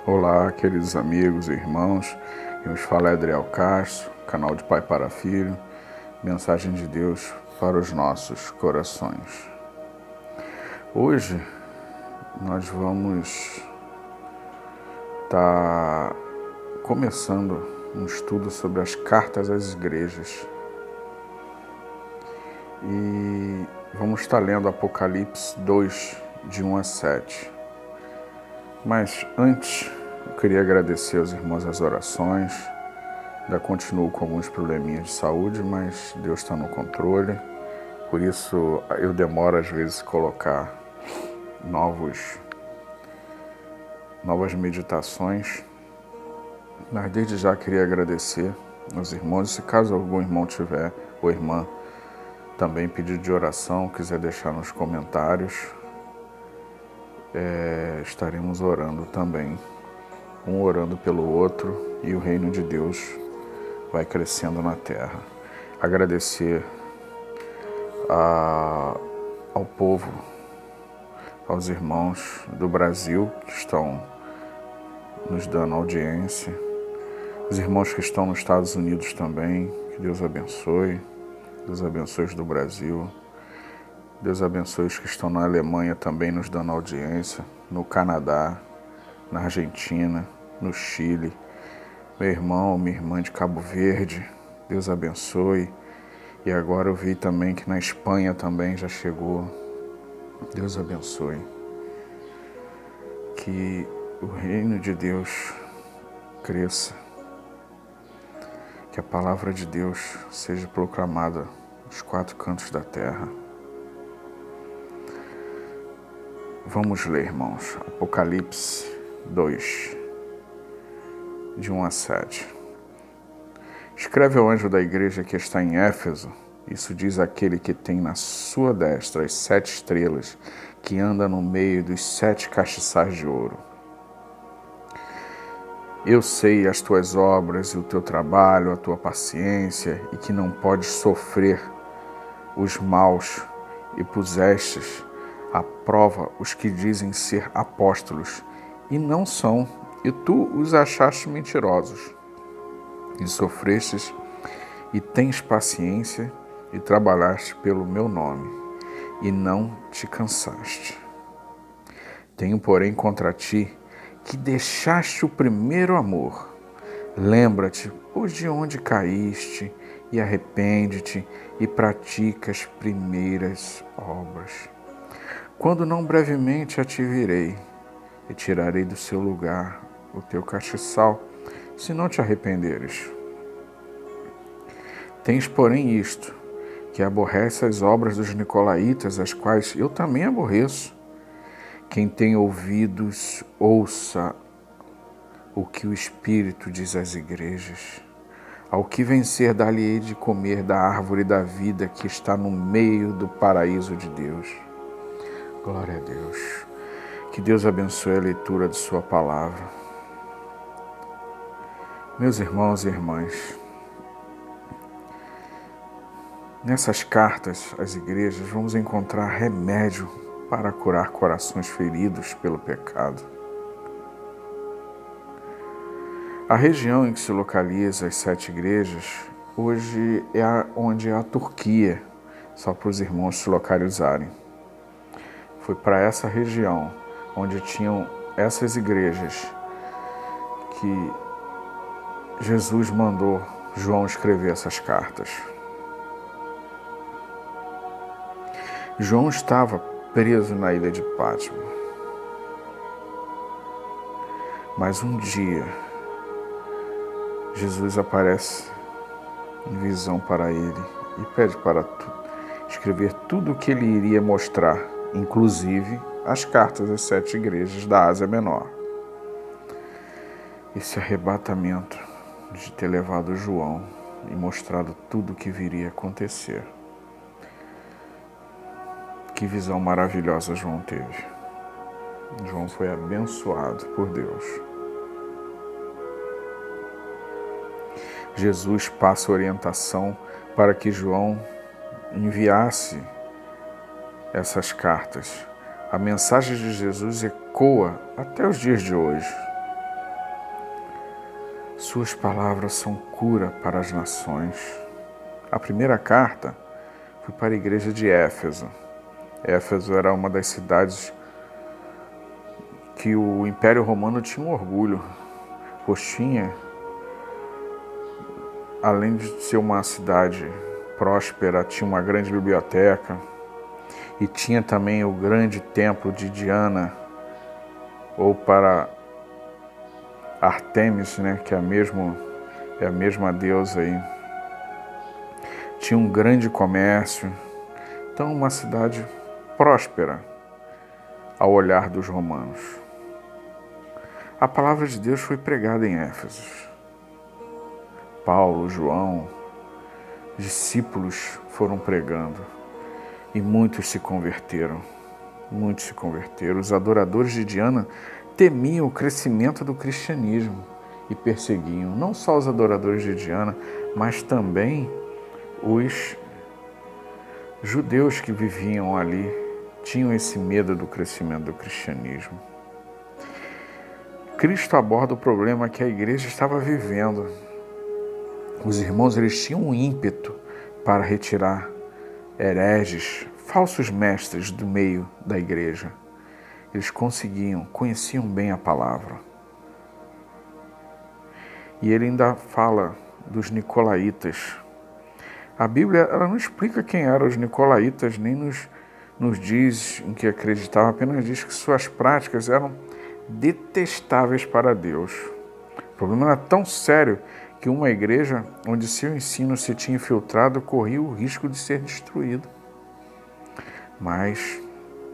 Olá, queridos amigos e irmãos, quem nos fala é Adriel Castro, canal de Pai para Filho, mensagem de Deus para os nossos corações. Hoje nós vamos estar começando um estudo sobre as cartas às igrejas e vamos estar lendo Apocalipse 2, de 1 a 7. Mas antes, eu queria agradecer aos irmãos as orações. Ainda continuo com alguns probleminhas de saúde, mas Deus está no controle. Por isso eu demoro às vezes colocar novas meditações. Mas desde já queria agradecer aos irmãos. Se caso algum irmão tiver, ou irmã, também pedido de oração, quiser deixar nos comentários, estaremos orando também. Um orando pelo outro e o reino de Deus vai crescendo na terra. Agradecer ao povo, aos irmãos do Brasil que estão nos dando audiência, os irmãos que estão nos Estados Unidos também, que Deus abençoe os do Brasil, Deus abençoe os que estão na Alemanha também nos dando audiência, no Canadá, na Argentina, no Chile, meu irmão, minha irmã de Cabo Verde, Deus abençoe. E agora eu vi também que na Espanha também já chegou. Deus abençoe. Que o reino de Deus cresça. Que a palavra de Deus seja proclamada nos quatro cantos da terra. Vamos ler, irmãos. Apocalipse 2, de 1 a 7. Escreve ao anjo da igreja que está em Éfeso, isso diz aquele que tem na sua destra as 7 estrelas, que anda no meio dos 7 castiçais de ouro. Eu sei as tuas obras e o teu trabalho, a tua paciência, e que não podes sofrer os maus, e pusestes à prova os que dizem ser apóstolos, e não são, e tu os achaste mentirosos. E sofrestes, e tens paciência, e trabalhaste pelo meu nome, e não te cansaste. Tenho, porém, contra ti, que deixaste o primeiro amor. Lembra-te, pois, de onde caíste, e arrepende-te, e pratica as primeiras obras. Quando não brevemente a te virei, e tirarei do seu lugar o teu castiçal, se não te arrependeres. Tens, porém, isto, que aborrece as obras dos nicolaítas, as quais eu também aborreço. Quem tem ouvidos, ouça o que o Espírito diz às igrejas. Ao que vencer, dar-lhe-ei de comer da árvore da vida que está no meio do paraíso de Deus. Glória a Deus. Que Deus abençoe a leitura de sua palavra. Meus irmãos e irmãs, nessas cartas às igrejas vamos encontrar remédio para curar corações feridos pelo pecado. A região em que se localiza as 7 igrejas hoje é onde é a Turquia, só para os irmãos se localizarem. Foi para essa região onde tinham essas igrejas que Jesus mandou João escrever essas cartas. João estava preso na ilha de Patmos. Mas um dia, Jesus aparece em visão para ele e pede para escrever tudo o que ele iria mostrar, inclusive as cartas às 7 igrejas da Ásia Menor. Esse arrebatamento de ter levado João e mostrado tudo o que viria a acontecer. Que visão maravilhosa João teve. João foi abençoado por Deus. Jesus passa orientação para que João enviasse essas cartas. A mensagem de Jesus ecoa até os dias de hoje. suas palavras são cura para as nações. A primeira carta foi para a igreja de Éfeso. Éfeso era uma das cidades que o Império Romano tinha um orgulho, pois tinha, além de ser uma cidade próspera, tinha uma grande biblioteca e tinha também o grande templo de Diana, ou para Artemis, né, que é a mesma deusa aí. Tinha um grande comércio, então uma cidade próspera ao olhar dos romanos. A palavra de Deus foi pregada em Éfeso. Paulo, João, discípulos foram pregando e muitos se converteram. Muitos se converteram. Os adoradores de Diana temiam o crescimento do cristianismo e perseguiam não só os adoradores de Diana, mas também os judeus que viviam ali, tinham esse medo do crescimento do cristianismo. Cristo aborda o problema que a igreja estava vivendo. Os irmãos, eles tinham um ímpeto para retirar hereges, falsos mestres do meio da igreja. Eles conheciam bem a palavra. E ele ainda fala dos nicolaítas. A Bíblia, ela não explica quem eram os nicolaítas, nem nos diz em que acreditavam, apenas diz que suas práticas eram detestáveis para Deus. O problema era tão sério que uma igreja onde seu ensino se tinha infiltrado corria o risco de ser destruída. Mas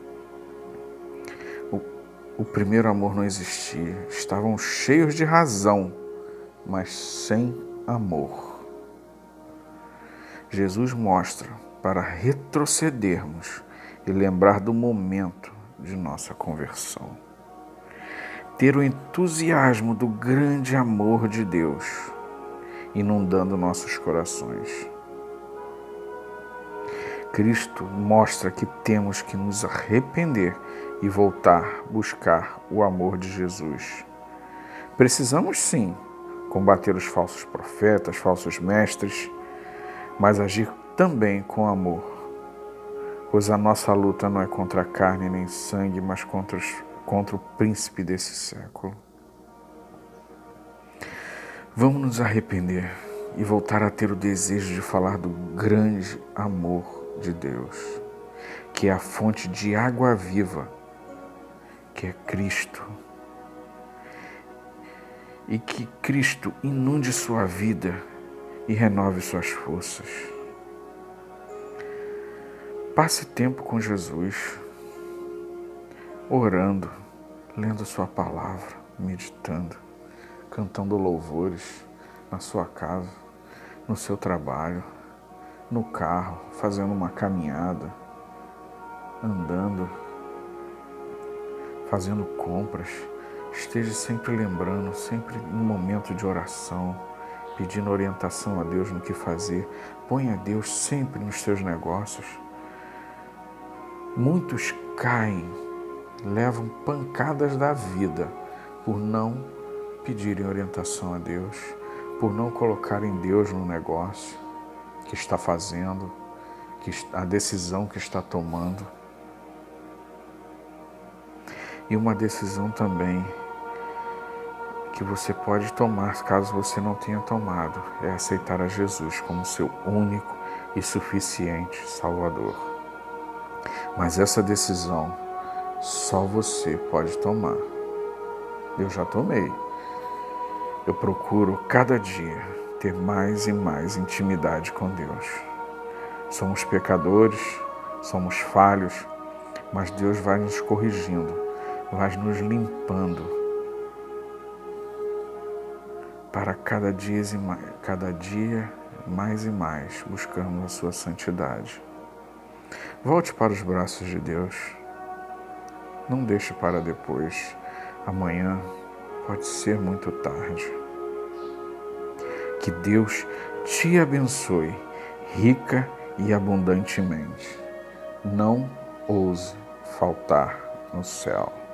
o primeiro amor não existia. Estavam cheios de razão, mas sem amor. Jesus mostra para retrocedermos e lembrar do momento de nossa conversão. Ter o entusiasmo do grande amor de Deus inundando nossos corações. Cristo mostra que temos que nos arrepender e voltar a buscar o amor de Jesus. Precisamos sim combater os falsos profetas, falsos mestres, mas agir também com amor, pois a nossa luta não é contra a carne nem sangue, mas contra o príncipe desse século. Vamos nos arrepender e voltar a ter o desejo de falar do grande amor de Deus, que é a fonte de água viva, que é Cristo. E que Cristo inunde sua vida e renove suas forças. Passe tempo com Jesus, orando, lendo sua palavra, meditando, cantando louvores na sua casa, no seu trabalho, no carro, fazendo uma caminhada, andando, fazendo compras. Esteja sempre lembrando, sempre em um momento de oração, pedindo orientação a Deus no que fazer. Ponha Deus sempre nos seus negócios. Muitos caem, levam pancadas da vida por não pedirem orientação a Deus, por não colocarem Deus no negócio que está fazendo, a decisão que está tomando. E uma decisão também que você pode tomar, caso você não tenha tomado, é aceitar a Jesus como seu único e suficiente Salvador. Mas essa decisão só você pode tomar. Eu já tomei. Eu procuro cada dia ter mais e mais intimidade com Deus. Somos pecadores, somos falhos, mas Deus vai nos corrigindo, vai nos limpando, para cada dia mais e mais buscando a sua santidade. Volte para os braços de Deus. Não deixe para depois. Amanhã pode ser muito tarde. Que Deus te abençoe rica e abundantemente. Não ouse faltar no céu.